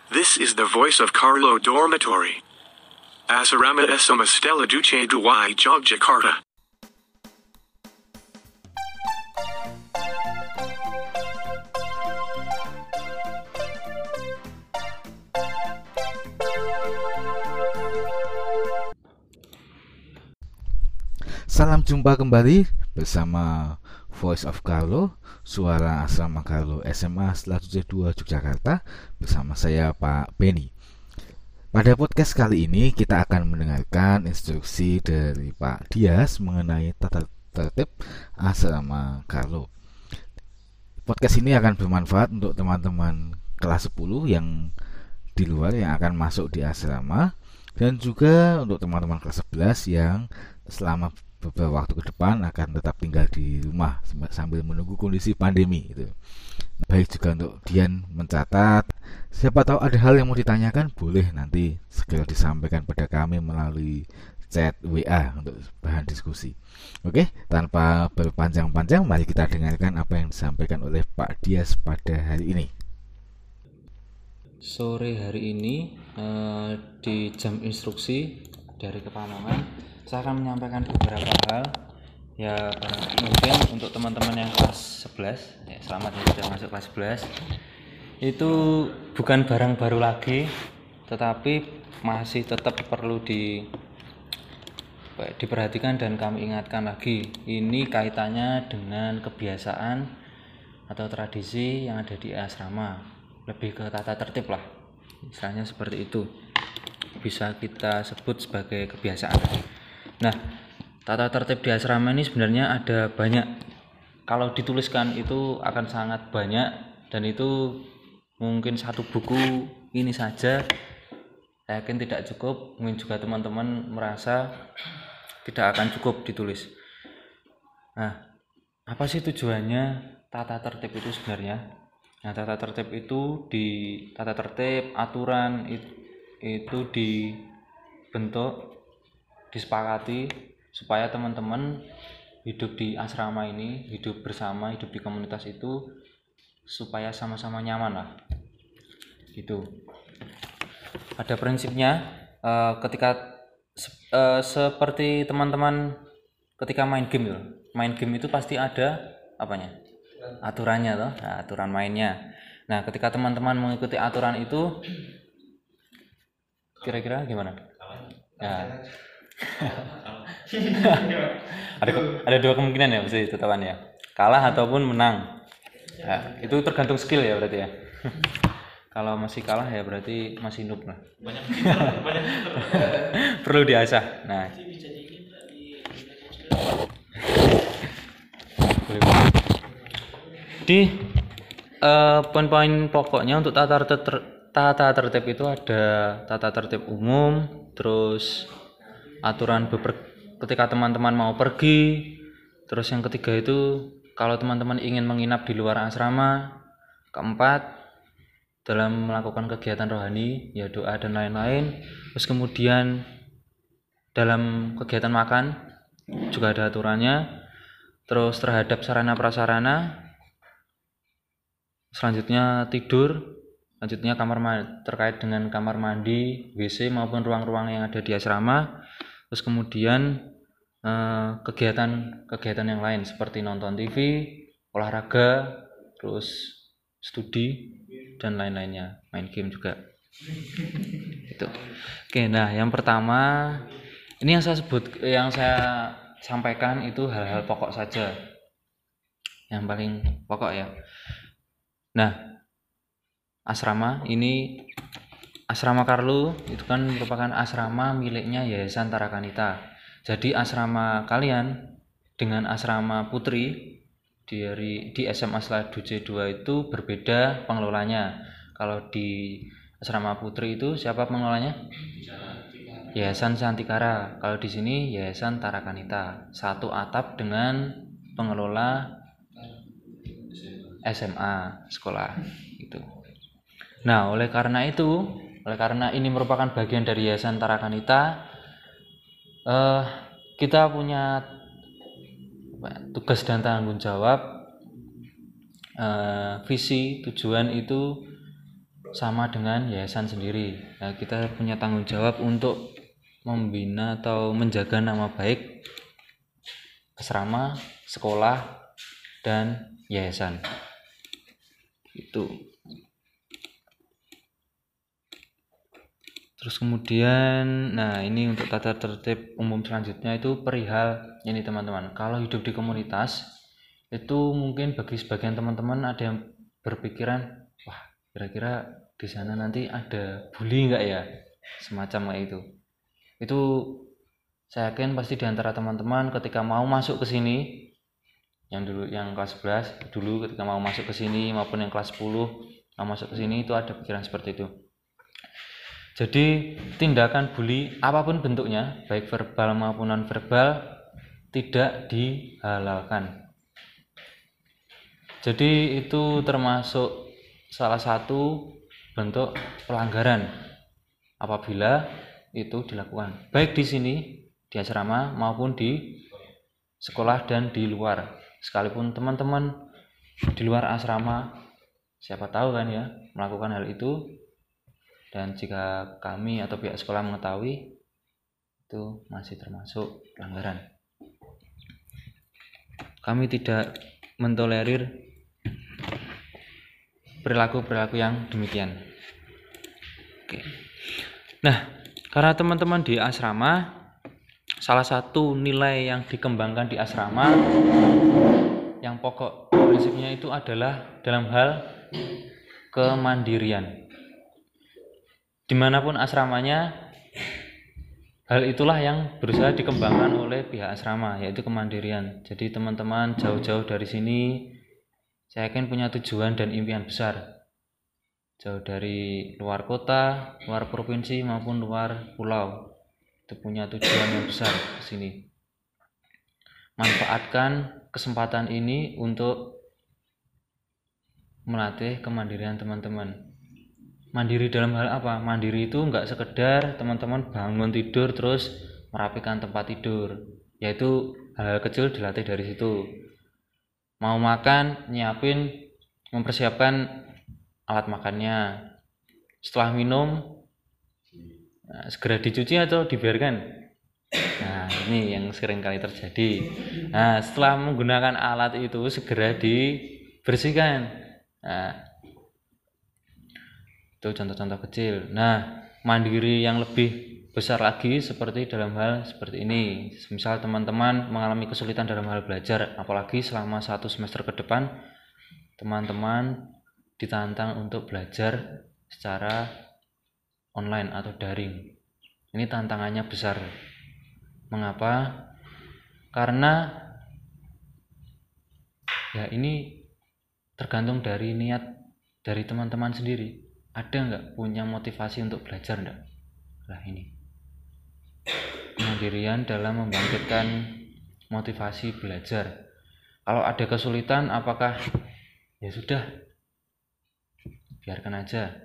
This is the voice of Carlo Dormitory. Asrama Esama Stella Duce Duwai Jogjakarta. Salam jumpa kembali bersama Voice of Carlo, suara asrama Carlo SMA Stella Duce 2 Yogyakarta, bersama saya Pak Benny. Pada podcast kali ini kita akan mendengarkan instruksi dari Pak Dias mengenai tata tertib asrama Carlo. Podcast ini akan bermanfaat untuk teman-teman kelas 10 yang di luar yang akan masuk di asrama, dan juga untuk teman-teman kelas 11 yang selama beberapa waktu ke depan akan tetap tinggal di rumah sambil menunggu kondisi pandemi itu. Baik juga untuk Dian mencatat, siapa tahu ada hal yang mau ditanyakan, boleh nanti segera disampaikan pada kami melalui chat WA untuk bahan diskusi. Oke, tanpa berpanjang-panjang, mari kita dengarkan apa yang disampaikan oleh Pak Dias pada hari ini. Sore hari ini di jam instruksi dari Kepanongan, saya akan menyampaikan beberapa hal ya, mungkin untuk teman-teman yang kelas 11 ya, selamat yang sudah masuk kelas 11. Itu bukan barang baru lagi, tetapi masih tetap perlu diperhatikan dan kami ingatkan lagi. Ini kaitannya dengan kebiasaan atau tradisi yang ada di asrama, lebih ke tata tertib lah, misalnya seperti itu, bisa kita sebut sebagai kebiasaan. Nah, tata tertib di asrama ini sebenarnya ada banyak. Kalau dituliskan itu akan sangat banyak, dan itu mungkin satu buku ini saja saya yakin tidak cukup. Mungkin juga teman-teman merasa tidak akan cukup ditulis. Nah, apa sih tujuannya tata tertib itu sebenarnya? Nah, tata tertib itu tata tertib aturan itu dibentuk, disepakati supaya teman-teman hidup di asrama ini, hidup bersama, hidup di komunitas itu supaya sama-sama nyaman lah gitu. Pada prinsipnya ketika seperti teman-teman ketika main game itu pasti ada apanya? Aturannya loh, nah, aturan mainnya. Nah, ketika teman-teman mengikuti aturan itu, kira-kira gimana? Nah, ada dua kemungkinan ya, mesti tetapan ya, kalah ataupun menang. Nah, itu tergantung skill ya berarti ya. Kalau masih kalah ya berarti masih noob lah. Perlu diasah. Nah, di poin-poin pokoknya untuk tata tertib itu ada tata tertib umum, terus aturan ketika teman-teman mau pergi, terus yang ketiga itu kalau teman-teman ingin menginap di luar asrama, keempat dalam melakukan kegiatan rohani ya doa dan lain-lain, terus kemudian dalam kegiatan makan juga ada aturannya, terus terhadap sarana prasarana, selanjutnya tidur, selanjutnya terkait dengan kamar mandi, WC maupun ruang-ruang yang ada di asrama. Terus kemudian kegiatan yang lain seperti nonton TV, olahraga, terus studi dan lain-lainnya, main game juga. Itu. Oke, nah yang pertama ini yang saya sampaikan itu hal-hal pokok saja, yang paling pokok ya. Nah, asrama Carlo itu kan merupakan asrama miliknya Yayasan Tarakanita. Jadi asrama kalian dengan asrama putri di SMA Stella Duce 2 itu berbeda pengelolanya. Kalau di asrama putri itu siapa pengelolanya? Yayasan Santikara. Kalau di sini Yayasan Tarakanita. Satu atap dengan pengelola SMA sekolah itu. Nah, oleh karena ini merupakan bagian dari Yayasan Tarakanita, kita punya tugas dan tanggung jawab, visi, tujuan itu sama dengan yayasan sendiri. Nah, kita punya tanggung jawab untuk membina atau menjaga nama baik asrama, sekolah, dan yayasan. Itu. Terus kemudian, nah ini untuk tata tertib umum selanjutnya itu perihal ini teman-teman. Kalau hidup di komunitas itu mungkin bagi sebagian teman-teman ada yang berpikiran, wah kira-kira di sana nanti ada bully nggak ya, semacam kayak itu. Itu saya yakin pasti di antara teman-teman ketika mau masuk ke sini, yang kelas 11 dulu ketika mau masuk ke sini maupun yang kelas 10 mau masuk ke sini itu ada pikiran seperti itu. Jadi tindakan bully apapun bentuknya, baik verbal maupun non verbal, tidak dihalalkan. Jadi itu termasuk salah satu bentuk pelanggaran apabila itu dilakukan, baik di sini di asrama maupun di sekolah dan di luar. Sekalipun teman-teman di luar asrama siapa tahu kan ya melakukan hal itu, dan jika kami atau pihak sekolah mengetahui, itu masih termasuk pelanggaran. Kami tidak mentolerir perilaku-perilaku yang demikian. Oke. Nah, karena teman-teman di asrama, salah satu nilai yang dikembangkan di asrama yang pokok prinsipnya itu adalah dalam hal kemandirian. Dimanapun asramanya, hal itulah yang berusaha dikembangkan oleh pihak asrama, yaitu kemandirian. Jadi teman-teman jauh-jauh dari sini, saya yakin punya tujuan dan impian besar. Jauh dari luar kota, luar provinsi maupun luar pulau, itu punya tujuan yang besar di sini. Manfaatkan kesempatan ini untuk melatih kemandirian teman-teman. Mandiri dalam hal apa? Mandiri itu enggak sekedar teman-teman bangun tidur terus merapikan tempat tidur, yaitu hal-hal kecil dilatih dari situ. Mau makan, nyiapin, mempersiapkan alat makannya. Setelah minum, segera dicuci atau dibiarkan. Nah, ini yang sering kali terjadi. Nah, setelah menggunakan alat itu segera dibersihkan. Nah, itu contoh-contoh kecil. Nah, mandiri yang lebih besar lagi seperti dalam hal seperti ini. Misal teman-teman mengalami kesulitan dalam hal belajar, apalagi selama 1 semester ke depan, teman-teman ditantang untuk belajar secara online atau daring. Ini tantangannya besar. Mengapa? Karena ya ini tergantung dari niat dari teman-teman sendiri. Ada nggak punya motivasi untuk belajar enggak? Nah ini kemandirian dalam membangkitkan motivasi belajar. Kalau ada kesulitan, apakah ya sudah biarkan aja,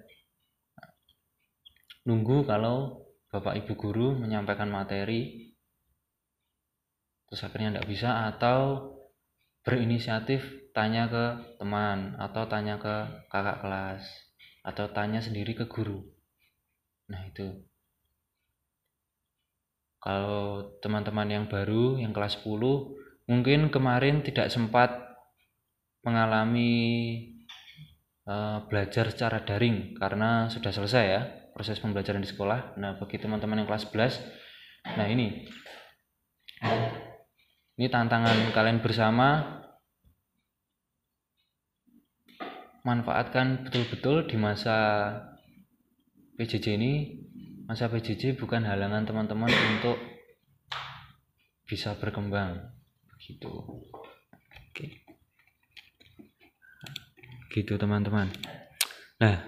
nunggu kalau bapak ibu guru menyampaikan materi terus akhirnya enggak bisa, atau berinisiatif tanya ke teman atau tanya ke kakak kelas atau tanya sendiri ke guru. Nah itu kalau teman-teman yang baru yang kelas 10 mungkin kemarin tidak sempat mengalami belajar secara daring karena sudah selesai ya proses pembelajaran di sekolah. Nah bagi teman-teman yang kelas 11, nah ini tantangan kalian bersama. Manfaatkan betul-betul di masa PJJ ini. Masa PJJ bukan halangan teman-teman untuk bisa berkembang begitu. Oke. Gitu teman-teman. Nah,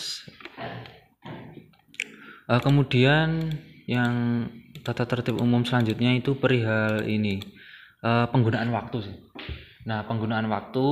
kemudian yang tata tertib umum selanjutnya itu perihal ini penggunaan waktu sih. Nah, penggunaan waktu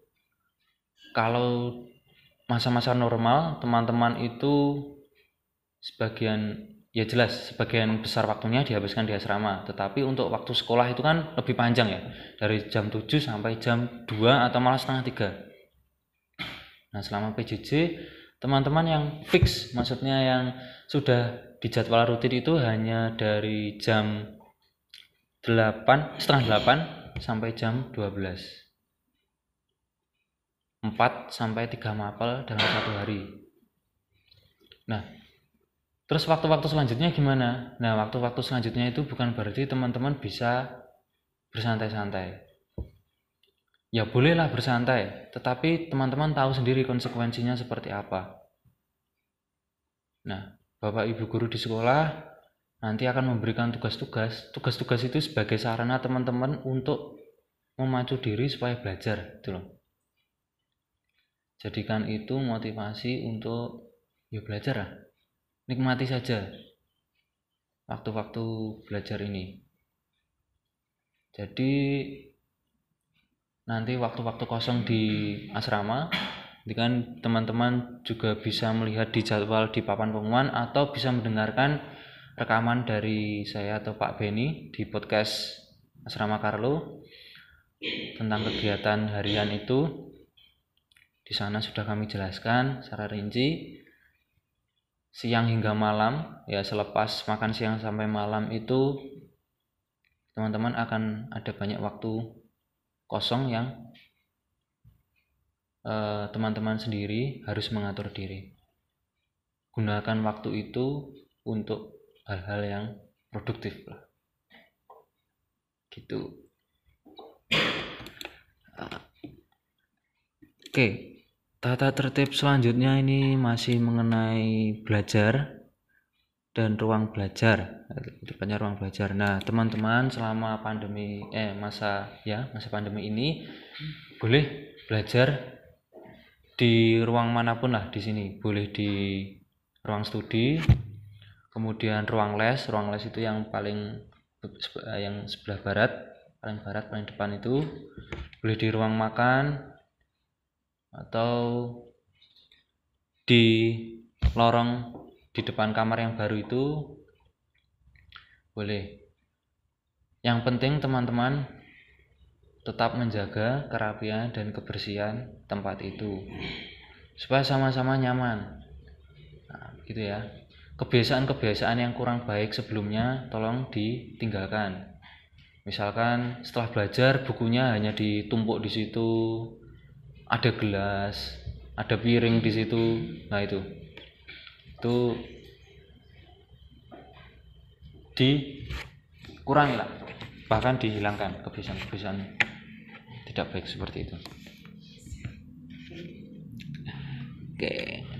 kalau masa-masa normal teman-teman itu sebagian besar waktunya dihabiskan di asrama, tetapi untuk waktu sekolah itu kan lebih panjang ya, dari jam 7 sampai jam 2 atau malah setengah 3. Nah selama PJJ Teman-teman yang fix, maksudnya yang sudah di jadwal rutin itu hanya dari jam 8, setengah 8 sampai jam 12. 4 sampai 3 mapel dalam satu hari. Nah, terus waktu-waktu selanjutnya gimana? Nah, waktu-waktu selanjutnya itu bukan berarti teman-teman bisa bersantai-santai. Ya bolehlah bersantai, tetapi teman-teman tahu sendiri konsekuensinya seperti apa. Nah, Bapak Ibu guru di sekolah nanti akan memberikan tugas-tugas. Tugas-tugas itu sebagai sarana teman-teman untuk memacu diri supaya belajar, gitu loh. Jadikan itu motivasi untuk ya belajar lah. Nikmati saja waktu-waktu belajar ini. Jadi nanti waktu-waktu kosong di asrama, kan teman-teman juga bisa melihat di jadwal di papan pengumuman atau bisa mendengarkan rekaman dari saya atau Pak Beni di podcast Asrama Carlo tentang kegiatan harian itu. Di sana sudah kami jelaskan secara rinci siang hingga malam, ya selepas makan siang sampai malam itu teman-teman akan ada banyak waktu kosong yang teman-teman sendiri harus mengatur diri. Gunakan waktu itu untuk hal-hal yang produktif lah. Gitu. Oke, tata tertib selanjutnya ini masih mengenai belajar dan ruang belajar. Tepatnya ruang belajar. Nah, teman-teman selama pandemi masa pandemi ini boleh belajar di ruang manapun lah di sini. Boleh di ruang studi, kemudian ruang les itu yang sebelah barat, paling depan itu. Boleh di ruang makan atau di lorong di depan kamar yang baru itu boleh. Yang penting teman-teman tetap menjaga kerapian dan kebersihan tempat itu supaya sama-sama nyaman. Nah, gitu ya. Kebiasaan-kebiasaan yang kurang baik sebelumnya tolong ditinggalkan. Misalkan setelah belajar bukunya hanya ditumpuk di situ, ada gelas, ada piring di situ. Nah, itu dikurangi lah, bahkan dihilangkan kebiasaan-kebiasaan tidak baik seperti itu. Oke.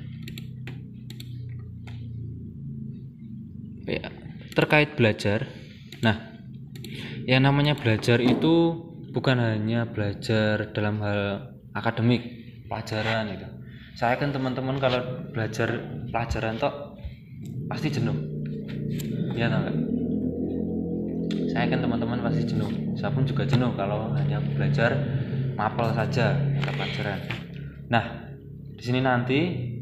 Ya, terkait belajar. Nah, yang namanya belajar itu bukan hanya belajar dalam hal akademik, pelajaran itu. Saya kan teman-teman kalau belajar pelajaran tok pasti jenuh. Ya tahu enggak? Saya kan teman-teman pasti jenuh. Saya pun juga jenuh kalau hanya belajar mapel saja mata pelajaran. Nah, di sini nanti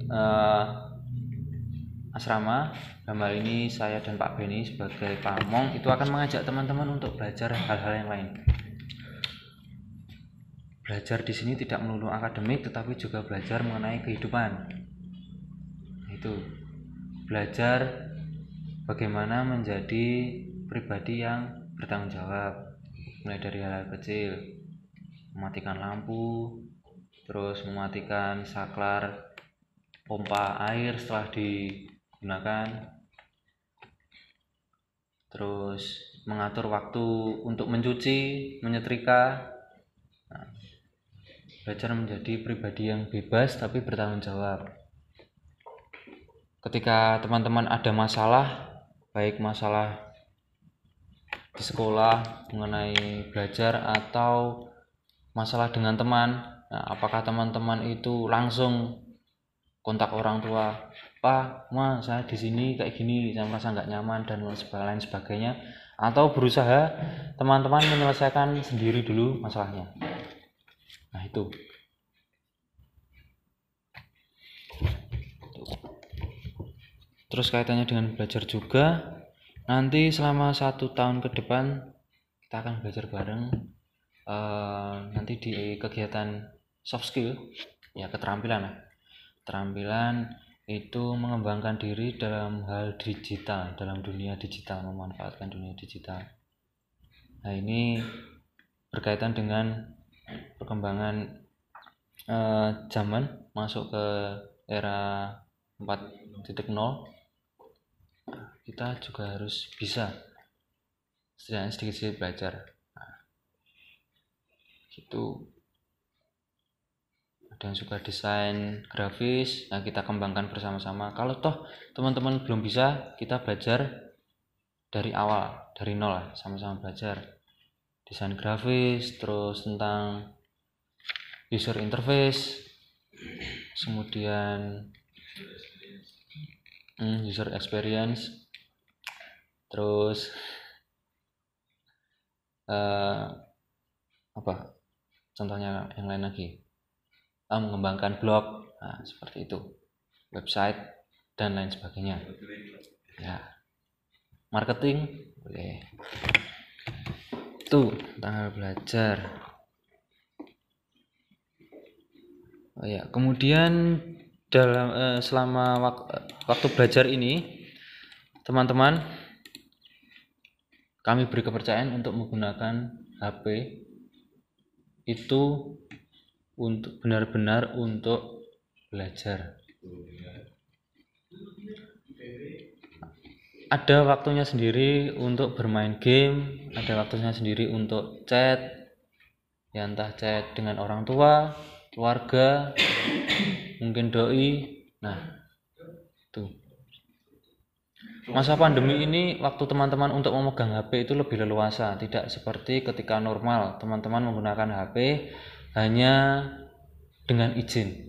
asrama dalam hal ini saya dan Pak Beni sebagai pamong itu akan mengajak teman-teman untuk belajar hal-hal yang lain. Belajar di sini tidak melulu akademik, tetapi juga belajar mengenai kehidupan. Itu belajar bagaimana menjadi pribadi yang bertanggung jawab, mulai dari hal-hal kecil, mematikan lampu, terus mematikan saklar pompa air setelah digunakan, terus mengatur waktu untuk mencuci, menyetrika. Nah, belajar menjadi pribadi yang bebas tapi bertanggung jawab. Ketika teman-teman ada masalah, baik masalah di sekolah mengenai belajar atau masalah dengan teman, nah, apakah teman-teman itu langsung kontak orang tua, Pak, Ma, saya di sini kayak gini, saya merasa nggak nyaman dan lain sebagainya, atau berusaha teman-teman menyelesaikan sendiri dulu masalahnya. Nah, itu. Terus kaitannya dengan belajar juga, nanti selama 1 tahun ke depan kita akan belajar bareng nanti di kegiatan soft skill, ya keterampilan lah. keterampilan itu mengembangkan diri dalam hal digital, dalam dunia digital, memanfaatkan dunia digital. Nah, ini berkaitan dengan perkembangan zaman masuk ke era 4.0. Kita juga harus bisa setidaknya sedikit-sedikit belajar. Gitu. Ada yang suka desain grafis, nah kita kembangkan bersama-sama. Kalau toh teman-teman belum bisa, kita belajar dari awal, dari nol lah, sama-sama belajar desain grafis, terus tentang user interface, kemudian user experience, terus apa contohnya yang lain lagi, mengembangkan blog, nah, seperti itu, website dan lain sebagainya. Ya, marketing boleh. Itu tentang belajar. Oh ya, kemudian dalam selama waktu belajar ini, teman-teman, kami beri kepercayaan untuk menggunakan HP itu untuk benar-benar untuk belajar. Ada waktunya sendiri untuk bermain game, ada waktunya sendiri untuk chat, ya entah chat dengan orang tua, keluarga, mungkin doi. Nah, itu. Masa pandemi ini waktu teman-teman untuk memegang HP itu lebih leluasa, tidak seperti ketika normal teman-teman menggunakan HP hanya dengan izin.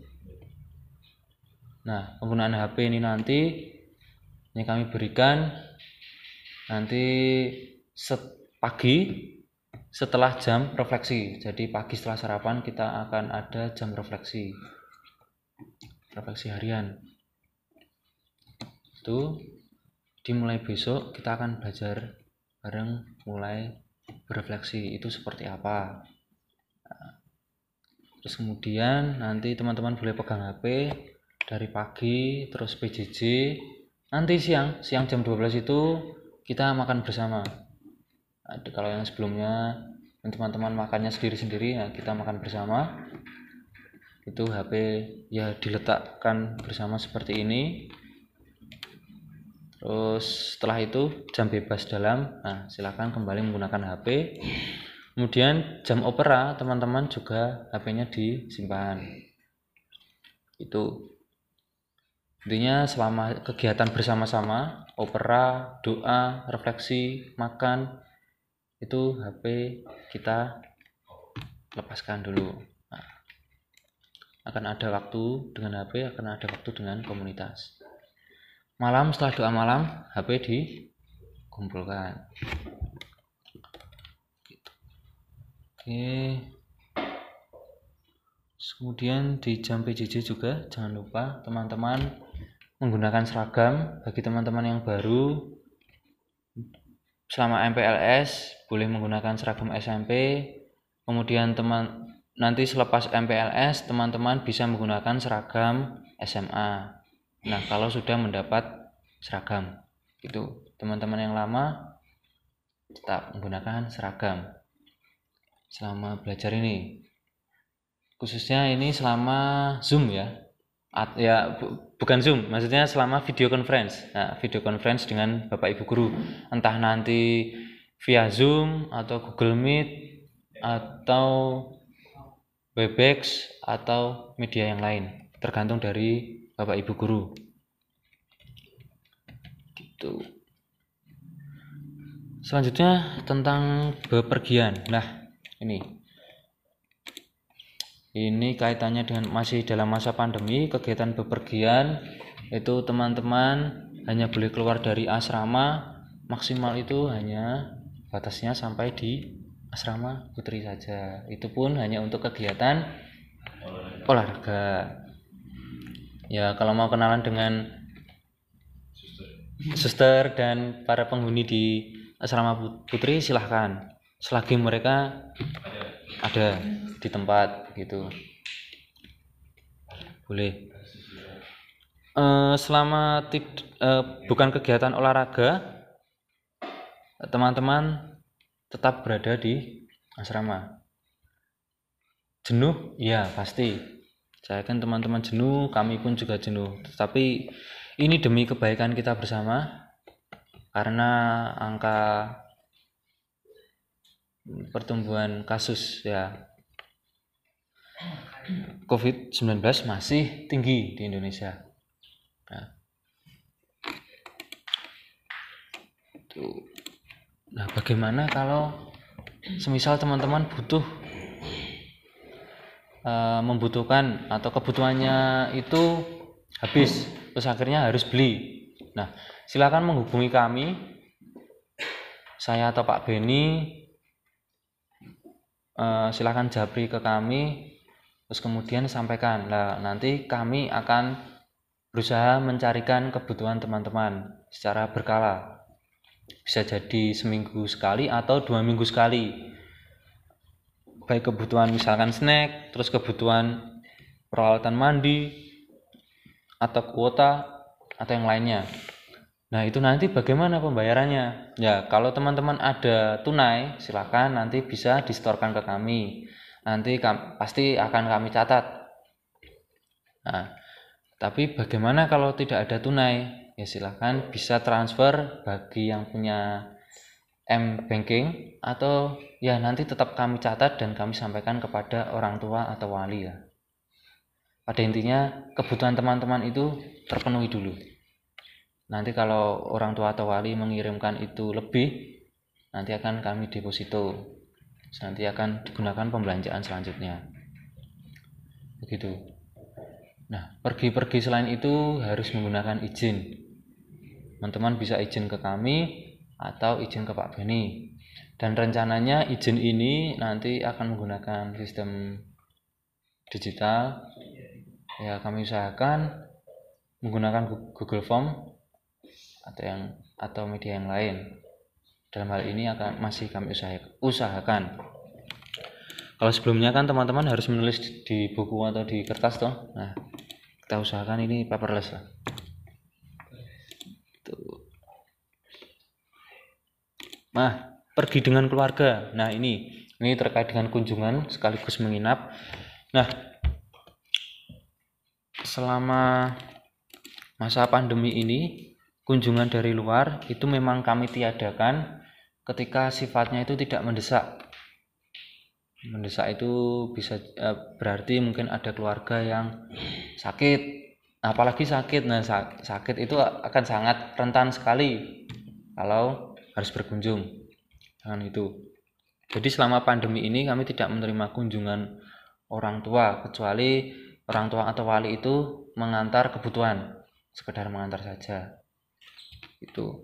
Nah, penggunaan HP ini nanti ini kami berikan nanti pagi setelah jam refleksi. Jadi pagi setelah sarapan kita akan ada jam refleksi harian. Itu dimulai besok kita akan belajar bareng, mulai berefleksi itu seperti apa. Terus kemudian nanti teman-teman boleh pegang HP dari pagi, terus PJJ. Nanti siang jam 12 itu kita makan bersama. Kalau yang sebelumnya teman-teman makannya sendiri-sendiri, nah kita makan bersama. Itu HP ya diletakkan bersama seperti ini. Terus setelah itu jam bebas dalam, nah silakan kembali menggunakan HP. Kemudian jam opera teman-teman juga HP-nya disimpan. Itu intinya selama kegiatan bersama-sama, opera, doa, refleksi, makan, itu HP kita lepaskan dulu. Nah, akan ada waktu dengan HP, akan ada waktu dengan komunitas. Malam setelah doa malam, HP dikumpulkan. Gitu. Oke. Kemudian di jam PJJ juga jangan lupa teman-teman menggunakan seragam. Bagi teman-teman yang baru selama MPLS boleh menggunakan seragam SMP. Kemudian nanti selepas MPLS teman-teman bisa menggunakan seragam SMA. Nah, kalau sudah mendapat seragam itu, teman-teman yang lama tetap menggunakan seragam selama belajar ini. Khususnya ini selama Zoom ya. Bukan Zoom, maksudnya selama video conference. Nah, video conference dengan Bapak Ibu guru, entah nanti via Zoom atau Google Meet atau Webex atau media yang lain, tergantung dari Bapak Ibu guru. Gitu. Selanjutnya tentang bepergian. Nah, ini kaitannya dengan masih dalam masa pandemi, kegiatan bepergian itu teman-teman hanya boleh keluar dari asrama, maksimal itu hanya batasnya sampai di asrama putri saja. Itu pun hanya untuk kegiatan olahraga. Ya, kalau mau kenalan dengan suster dan para penghuni di asrama putri silahkan, selagi mereka ada di tempat gitu, boleh. selama bukan kegiatan olahraga, teman-teman tetap berada di asrama. Jenuh? Ya pasti. Saya kan teman-teman jenuh, kami pun juga jenuh. Tetapi ini demi kebaikan kita bersama, karena angka pertumbuhan kasus ya COVID-19 masih tinggi di Indonesia. Nah, bagaimana kalau semisal teman-teman membutuhkan atau kebutuhannya itu habis, terus akhirnya harus beli. Nah, silakan menghubungi kami, saya atau Pak Beni. Silakan japri ke kami, terus kemudian sampaikan. Nah, nanti kami akan berusaha mencarikan kebutuhan teman-teman secara berkala. Bisa jadi seminggu sekali atau 2 minggu sekali. Baik kebutuhan misalkan snack, terus kebutuhan peralatan mandi, atau kuota, atau yang lainnya. Nah, itu nanti bagaimana pembayarannya? Ya, kalau teman-teman ada tunai, silakan nanti bisa disetorkan ke kami. Nanti pasti akan kami catat. Nah, tapi bagaimana kalau tidak ada tunai? Ya silakan bisa transfer bagi yang punya M-Banking, atau ya nanti tetap kami catat dan kami sampaikan kepada orang tua atau wali ya. Pada intinya kebutuhan teman-teman itu terpenuhi dulu. Nanti kalau orang tua atau wali mengirimkan itu lebih, nanti akan kami deposito. Nanti akan digunakan pembelanjaan selanjutnya. Begitu. Nah, pergi-pergi selain itu harus menggunakan izin. Teman-teman bisa izin ke kami atau izin ke Pak Beni. Dan rencananya izin ini nanti akan menggunakan sistem digital. Ya, kami usahakan menggunakan Google Form atau media yang lain. Dalam hal ini masih kami usahakan. Kalau sebelumnya kan teman-teman harus menulis di buku atau di kertas toh. Nah, kita usahakan ini paperless lah. Nah, pergi dengan keluarga. Nah, ini terkait dengan kunjungan sekaligus menginap. Nah, selama masa pandemi ini, kunjungan dari luar itu memang kami tiadakan ketika sifatnya itu tidak mendesak. Mendesak itu bisa berarti mungkin ada keluarga yang sakit, apalagi sakit. Nah, sakit itu akan sangat rentan sekali kalau harus berkunjung dengan itu. Jadi selama pandemi ini kami tidak menerima kunjungan orang tua, kecuali orang tua atau wali itu mengantar kebutuhan, sekedar mengantar saja. Itu.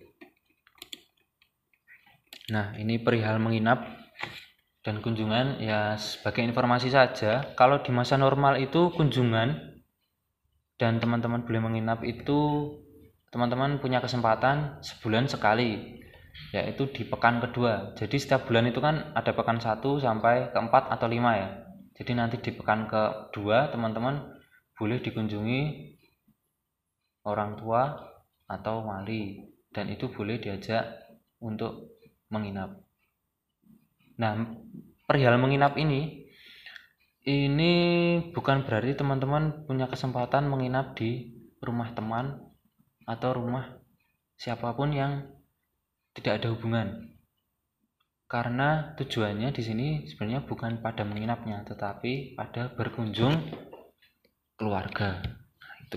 Nah, ini perihal menginap dan kunjungan ya sebagai informasi saja. Kalau di masa normal itu kunjungan dan teman-teman boleh menginap itu teman-teman punya kesempatan sebulan sekali, yaitu di pekan kedua. Jadi setiap bulan itu kan ada pekan 1 sampai ke 4 atau 5 ya. Jadi nanti di pekan kedua teman-teman boleh dikunjungi orang tua atau wali, dan itu boleh diajak untuk menginap. Nah, perihal menginap ini bukan berarti teman-teman punya kesempatan menginap di rumah teman atau rumah siapapun yang tidak ada hubungan. Karena tujuannya di sini sebenarnya bukan pada menginapnya, tetapi pada berkunjung keluarga. Nah, itu.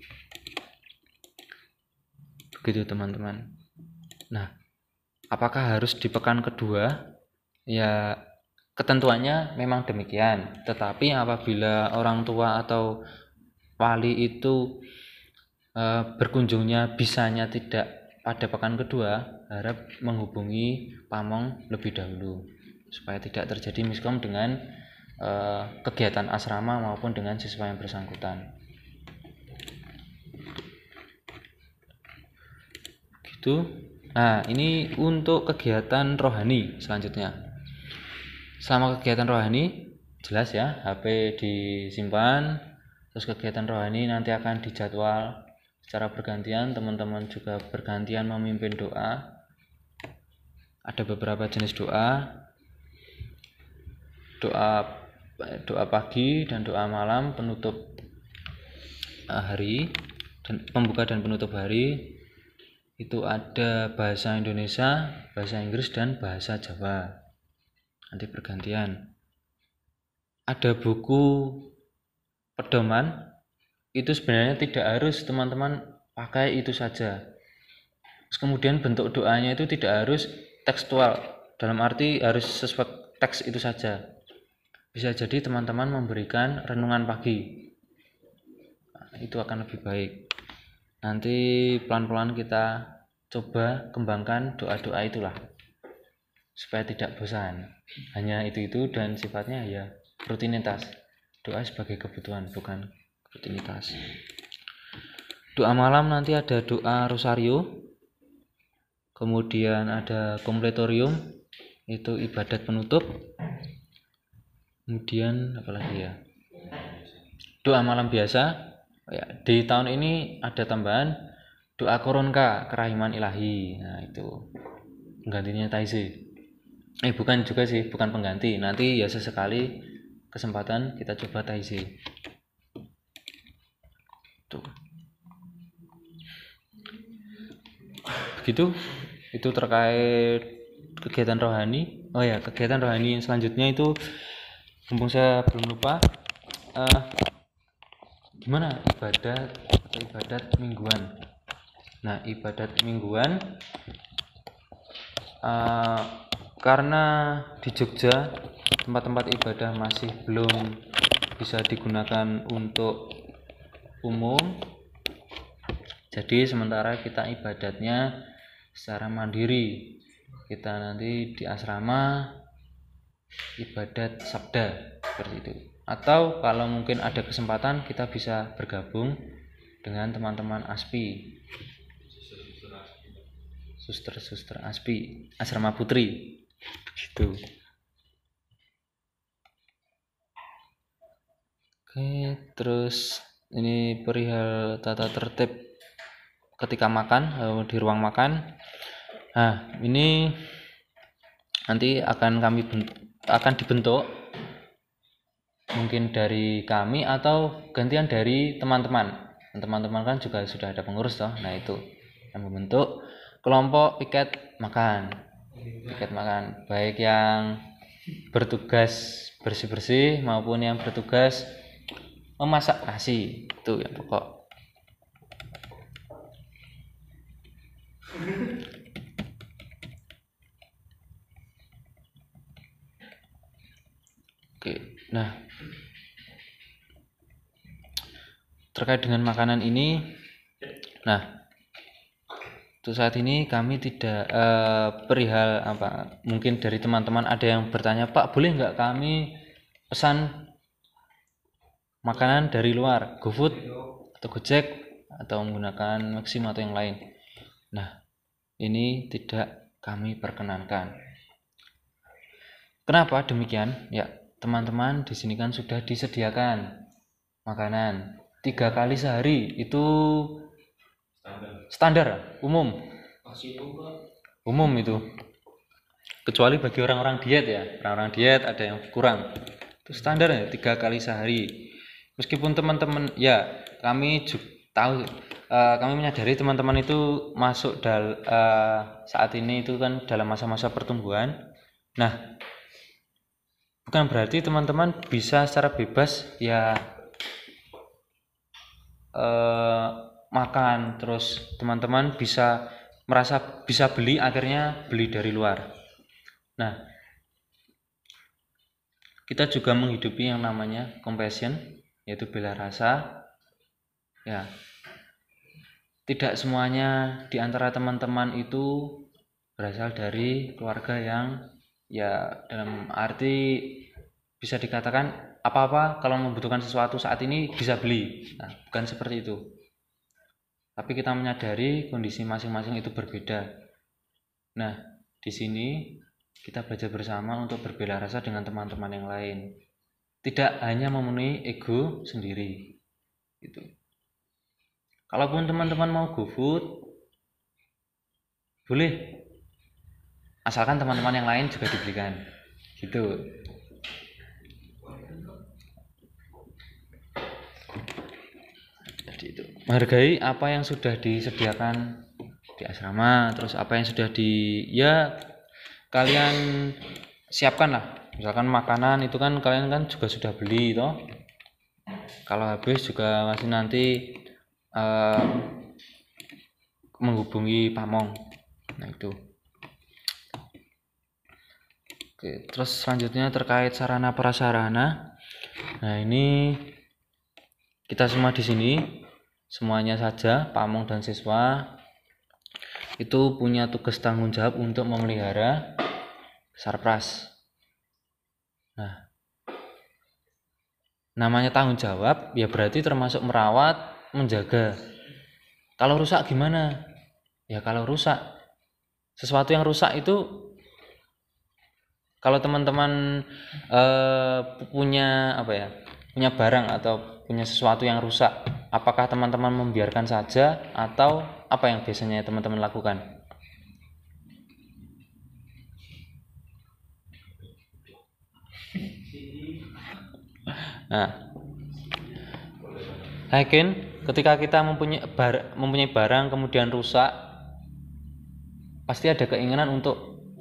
Begitu teman-teman. Nah, apakah harus di pekan kedua? Ya, ketentuannya memang demikian. Tetapi apabila orang tua atau wali itu berkunjungnya bisanya tidak pada pekan kedua, harap menghubungi Pamong lebih dahulu supaya tidak terjadi miskom dengan kegiatan asrama maupun dengan siswa yang bersangkutan. Gitu. Nah, ini untuk kegiatan rohani selanjutnya. Selama kegiatan rohani jelas ya, HP disimpan. Terus kegiatan rohani nanti akan dijadwal secara bergantian, teman-teman juga bergantian memimpin doa. Ada beberapa jenis doa pagi dan doa malam, penutup hari, dan pembuka dan penutup hari. Itu ada bahasa Indonesia, bahasa Inggris, dan bahasa Jawa. Nanti bergantian. Ada buku pedoman, itu sebenarnya tidak harus teman-teman pakai itu saja. Terus kemudian bentuk doanya itu tidak harus tekstual, dalam arti harus sesuai teks itu saja. Bisa jadi teman-teman memberikan renungan pagi. Nah, itu akan lebih baik. Nanti pelan-pelan kita coba kembangkan doa-doa itulah, supaya tidak bosan. Hanya itu dan sifatnya ya rutinitas. Doa sebagai kebutuhan, bukan rutinitas. Doa malam nanti ada doa rosario, kemudian ada completorium, itu ibadat penutup. Kemudian apalagi ya, doa malam biasa ya. Di tahun ini ada tambahan doa koronka, kerahiman ilahi. Nah itu penggantinya taizih. Bukan juga sih, bukan pengganti. Nanti ya sesekali kesempatan kita coba taizih. Tuh. Begitu, itu terkait kegiatan rohani. Oh ya, kegiatan rohani yang selanjutnya itu, mumpung saya belum lupa, gimana ibadat mingguan. Nah, ibadat mingguan, karena di Jogja tempat-tempat ibadah masih belum bisa digunakan untuk umum, jadi sementara kita ibadatnya secara mandiri. Kita nanti di asrama ibadat sabda seperti itu. Atau kalau mungkin ada kesempatan kita bisa bergabung dengan teman-teman ASPI, suster ASPI, asrama putri, begitu. Oke, terus ini perihal tata tertib ketika makan di ruang makan. Nah, ini nanti akan dibentuk mungkin dari kami atau gantian dari teman-teman. Teman-teman kan juga sudah ada pengurus toh. Nah, itu yang membentuk kelompok piket makan, baik yang bertugas bersih-bersih maupun yang bertugas memasak nasi. Itu yang pokok. Oke, nah terkait dengan makanan ini, nah untuk saat ini kami tidak perihal apa, mungkin dari teman-teman ada yang bertanya, Pak boleh nggak kami pesan makanan dari luar, GoFood atau Gojek atau menggunakan Maxim atau yang lain. Nah, ini tidak kami perkenankan. Kenapa demikian? Ya, teman-teman di sini kan sudah disediakan makanan 3 kali sehari, itu standar umum itu, kecuali bagi orang-orang diet ya. Orang-orang diet ada yang kurang, itu standar ya 3 kali sehari. Meskipun teman-teman ya, kami juga tahu, kami menyadari teman-teman itu masuk saat ini itu kan dalam masa-masa pertumbuhan. Nah, bukan berarti teman-teman bisa secara bebas ya makan, terus teman-teman merasa bisa beli, akhirnya beli dari luar. Nah, kita juga menghidupi yang namanya compassion, yaitu bela rasa. Ya, tidak semuanya di antara teman-teman itu berasal dari keluarga yang ya dalam arti bisa dikatakan apa-apa kalau membutuhkan sesuatu saat ini bisa beli. Nah, bukan seperti itu. Tapi kita menyadari kondisi masing-masing itu berbeda. Nah, di sini kita belajar bersama untuk berbela rasa dengan teman-teman yang lain. Tidak hanya memenuhi ego sendiri. Gitu. Kalaupun teman-teman mau GoFood, boleh. Asalkan teman-teman yang lain juga dibelikan. Gitu. Jadi itu. Menghargai apa yang sudah disediakan di asrama, terus apa yang sudah kalian siapkan lah. Misalkan makanan itu kan kalian kan juga sudah beli toh. Kalau habis juga masih nanti menghubungi pamong. Nah itu. Oke, terus selanjutnya terkait sarana prasarana. Nah ini kita semua di sini, semuanya saja pamong dan siswa itu punya tugas tanggung jawab untuk memelihara sarpras. Nah, namanya tanggung jawab ya berarti termasuk merawat, menjaga. Kalau rusak gimana? Ya kalau rusak, sesuatu yang rusak itu kalau teman-teman punya punya barang atau punya sesuatu yang rusak, apakah teman-teman membiarkan saja atau apa yang biasanya teman-teman lakukan? Nah, yakin ketika kita mempunyai barang kemudian rusak, pasti ada keinginan untuk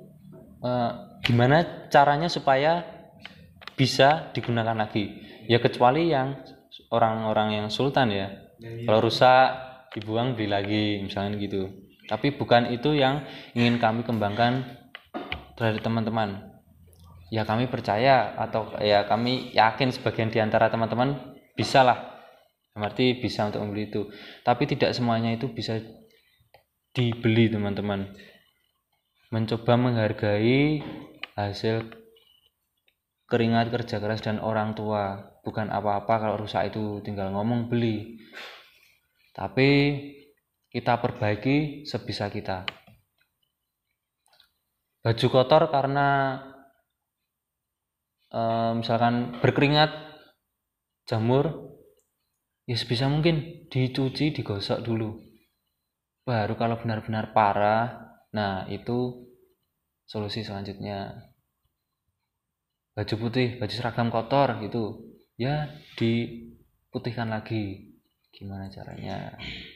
gimana caranya supaya bisa digunakan lagi. Ya kecuali yang orang-orang yang sultan ya. Kalau rusak dibuang beli lagi misalnya gitu. Tapi bukan itu yang ingin kami kembangkan terhadap teman-teman. Ya kami percaya atau ya kami yakin sebagian di antara teman-teman bisa lah. Berarti bisa untuk membeli itu. Tapi tidak semuanya itu bisa dibeli teman-teman. Mencoba menghargai hasil keringat kerja keras dan orang tua. Bukan apa-apa kalau rusak itu tinggal ngomong beli. Tapi kita perbaiki sebisa kita. Baju kotor karena misalkan berkeringat, jamur, ya sebisa mungkin dicuci, digosok dulu. Baru kalau benar-benar parah, nah itu solusi selanjutnya. Baju putih, baju seragam kotor gitu, ya diputihkan lagi. Gimana caranya?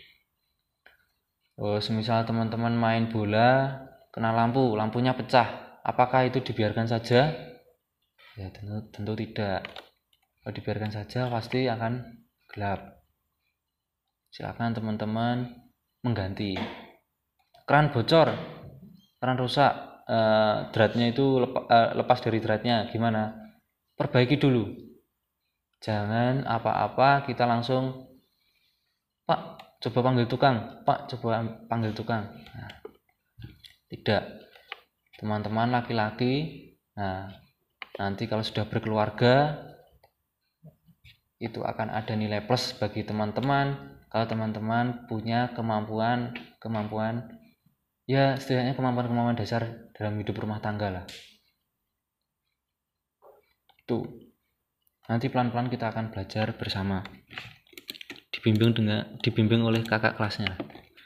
Semisal teman-teman main bola, kena lampunya pecah, apakah itu dibiarkan saja? Ya tentu tidak. Kalau dibiarkan saja pasti akan gelap. Silakan teman-teman mengganti. Keran bocor, keran rusak, dratnya itu lepas dari dratnya, gimana? Perbaiki dulu. Jangan apa-apa kita langsung, Pak, coba panggil tukang. Pak, coba panggil tukang. Nah, tidak. Teman-teman laki-laki, nah nanti kalau sudah berkeluarga itu akan ada nilai plus bagi teman-teman kalau teman-teman punya kemampuan ya setidaknya kemampuan dasar dalam hidup rumah tangga lah. Tuh. Nanti pelan-pelan kita akan belajar bersama. Dibimbing oleh kakak kelasnya.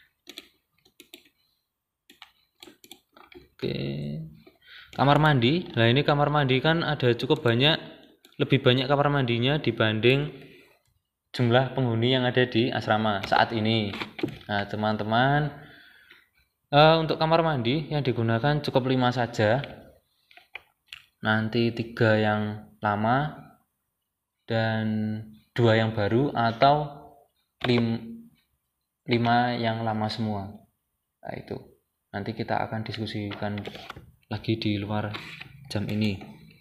Oke. Kamar mandi. Nah, ini kamar mandi kan ada cukup banyak, lebih banyak kamar mandinya dibanding jumlah penghuni yang ada di asrama saat ini. Nah, teman-teman, untuk kamar mandi yang digunakan cukup 5 saja. Nanti 3 yang lama dan 2 yang baru atau 5 yang lama semua. Nah, itu nanti kita akan diskusikan lagi di luar jam ini.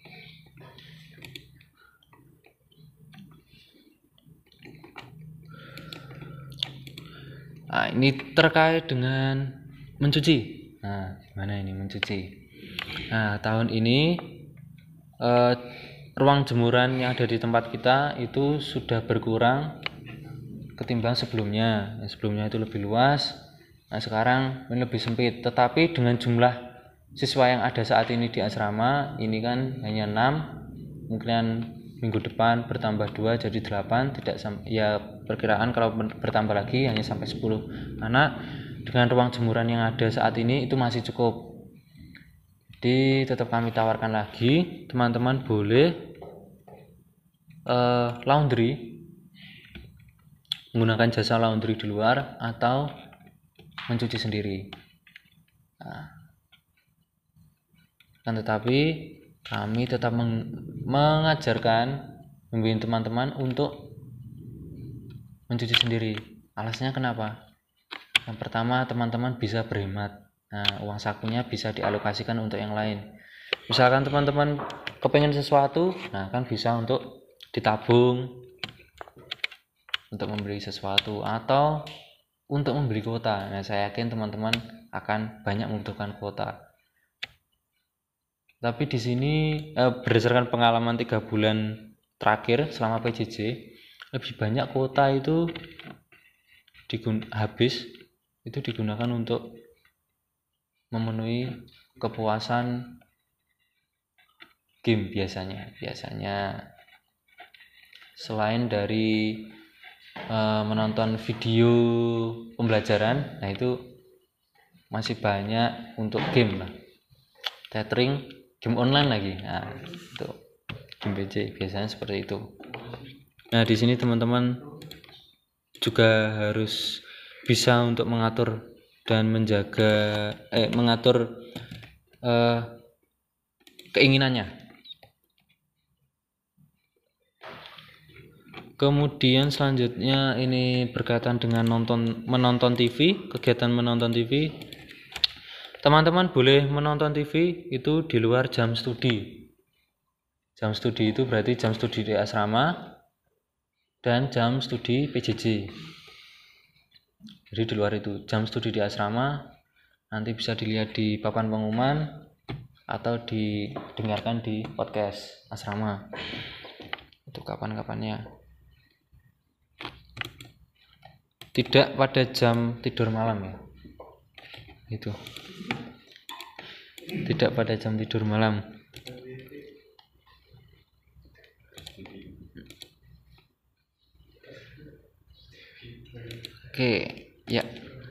Nah, ini terkait dengan mencuci. Nah, gimana ini mencuci? Nah, tahun ini ruang jemuran yang ada di tempat kita itu sudah berkurang ketimbang sebelumnya. Sebelumnya itu lebih luas. Nah, sekarang ini lebih sempit. Tetapi dengan jumlah siswa yang ada saat ini di asrama ini kan hanya 6, mungkin minggu depan bertambah 2 jadi 8, ya perkiraan kalau bertambah lagi hanya sampai 10, karena dengan ruang jemuran yang ada saat ini itu masih cukup. Jadi tetap kami tawarkan lagi, teman-teman boleh laundry, menggunakan jasa laundry di luar atau mencuci sendiri. Tetapi kami tetap mengajarkan, membimbing teman-teman untuk mencuci sendiri. Alasannya kenapa? Yang pertama, teman-teman bisa berhemat. Nah, uang sakunya bisa dialokasikan untuk yang lain. Misalkan teman-teman kepengen sesuatu, nah kan bisa untuk ditabung untuk membeli sesuatu atau untuk membeli kuota. Nah, saya yakin teman-teman akan banyak membutuhkan kuota. Tapi di sini berdasarkan pengalaman 3 bulan terakhir selama PJJ, lebih banyak kuota itu habis itu digunakan untuk memenuhi kepuasan game biasanya selain dari menonton video pembelajaran. Nah, itu masih banyak untuk game lah, tethering, game online lagi. Nah, itu game PC biasanya seperti itu. Nah, di sini teman-teman juga harus bisa untuk mengatur dan mengatur keinginannya. Kemudian selanjutnya ini berkaitan dengan menonton TV, kegiatan menonton TV. Teman-teman boleh menonton TV itu di luar jam studi. Jam studi itu berarti jam studi di asrama dan jam studi PJJ. Jadi di luar itu, jam studi di asrama nanti bisa dilihat di papan pengumuman atau didengarkan di podcast asrama. Itu kapan-kapannya. Tidak pada jam tidur malam ya. Itu. Tidak pada jam tidur malam. Oke, ya.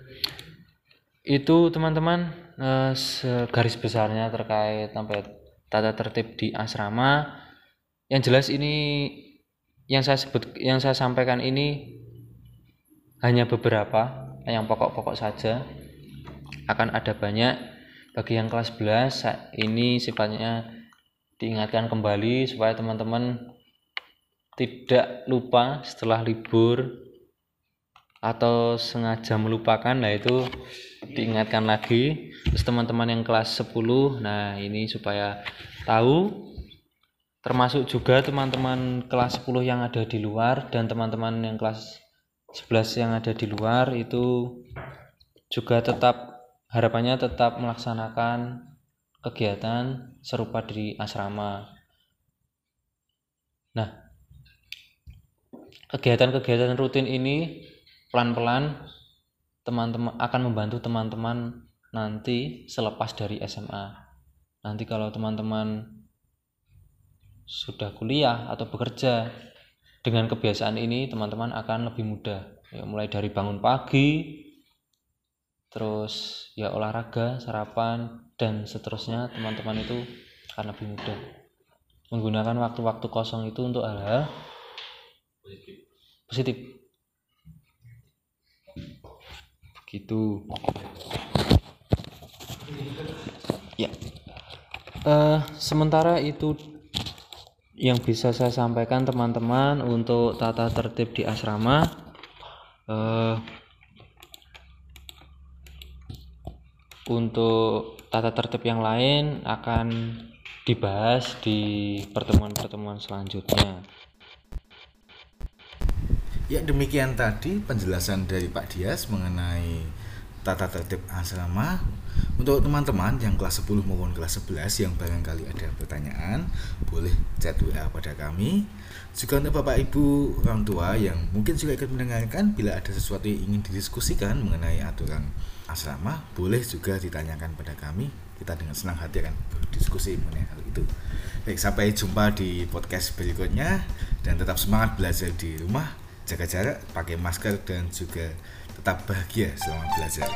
Itu teman-teman garis besarnya terkait sampai tata tertib di asrama. Yang jelas ini yang saya sampaikan ini hanya beberapa, yang pokok-pokok saja. Akan ada banyak. Bagi yang kelas 11 ini sifatnya diingatkan kembali supaya teman-teman tidak lupa setelah libur atau sengaja melupakan. Nah, itu diingatkan lagi. Terus teman-teman yang kelas 10, nah ini supaya tahu, termasuk juga teman-teman kelas 10 yang ada di luar dan teman-teman yang kelas 11 yang ada di luar itu juga harapannya tetap melaksanakan kegiatan serupa di asrama. Nah, kegiatan-kegiatan rutin ini pelan-pelan teman-teman akan membantu teman-teman nanti selepas dari SMA. Nanti kalau teman-teman sudah kuliah atau bekerja, dengan kebiasaan ini teman-teman akan lebih mudah. Ya, mulai dari bangun pagi, terus ya olahraga, sarapan, dan seterusnya, teman-teman itu akan lebih mudah menggunakan waktu-waktu kosong itu untuk hal-hal positif. Begitu. Ya. Sementara itu yang bisa saya sampaikan teman-teman untuk tata tertib di asrama. Untuk tata tertib yang lain akan dibahas di pertemuan-pertemuan selanjutnya. Ya, demikian tadi penjelasan dari Pak Dias mengenai tata tertib asrama. Untuk teman-teman yang kelas 10 maupun kelas 11 yang barangkali ada pertanyaan, boleh chat WA pada kami. Juga untuk Bapak Ibu orang tua yang mungkin juga ikut mendengarkan, bila ada sesuatu yang ingin didiskusikan mengenai aturan asrama, boleh juga ditanyakan pada kami. Kita dengan senang hati akan berdiskusi mengenai hal itu. Baik, sampai jumpa di podcast berikutnya, dan tetap semangat belajar di rumah, jaga jarak, pakai masker, dan juga tetap bahagia selama belajar.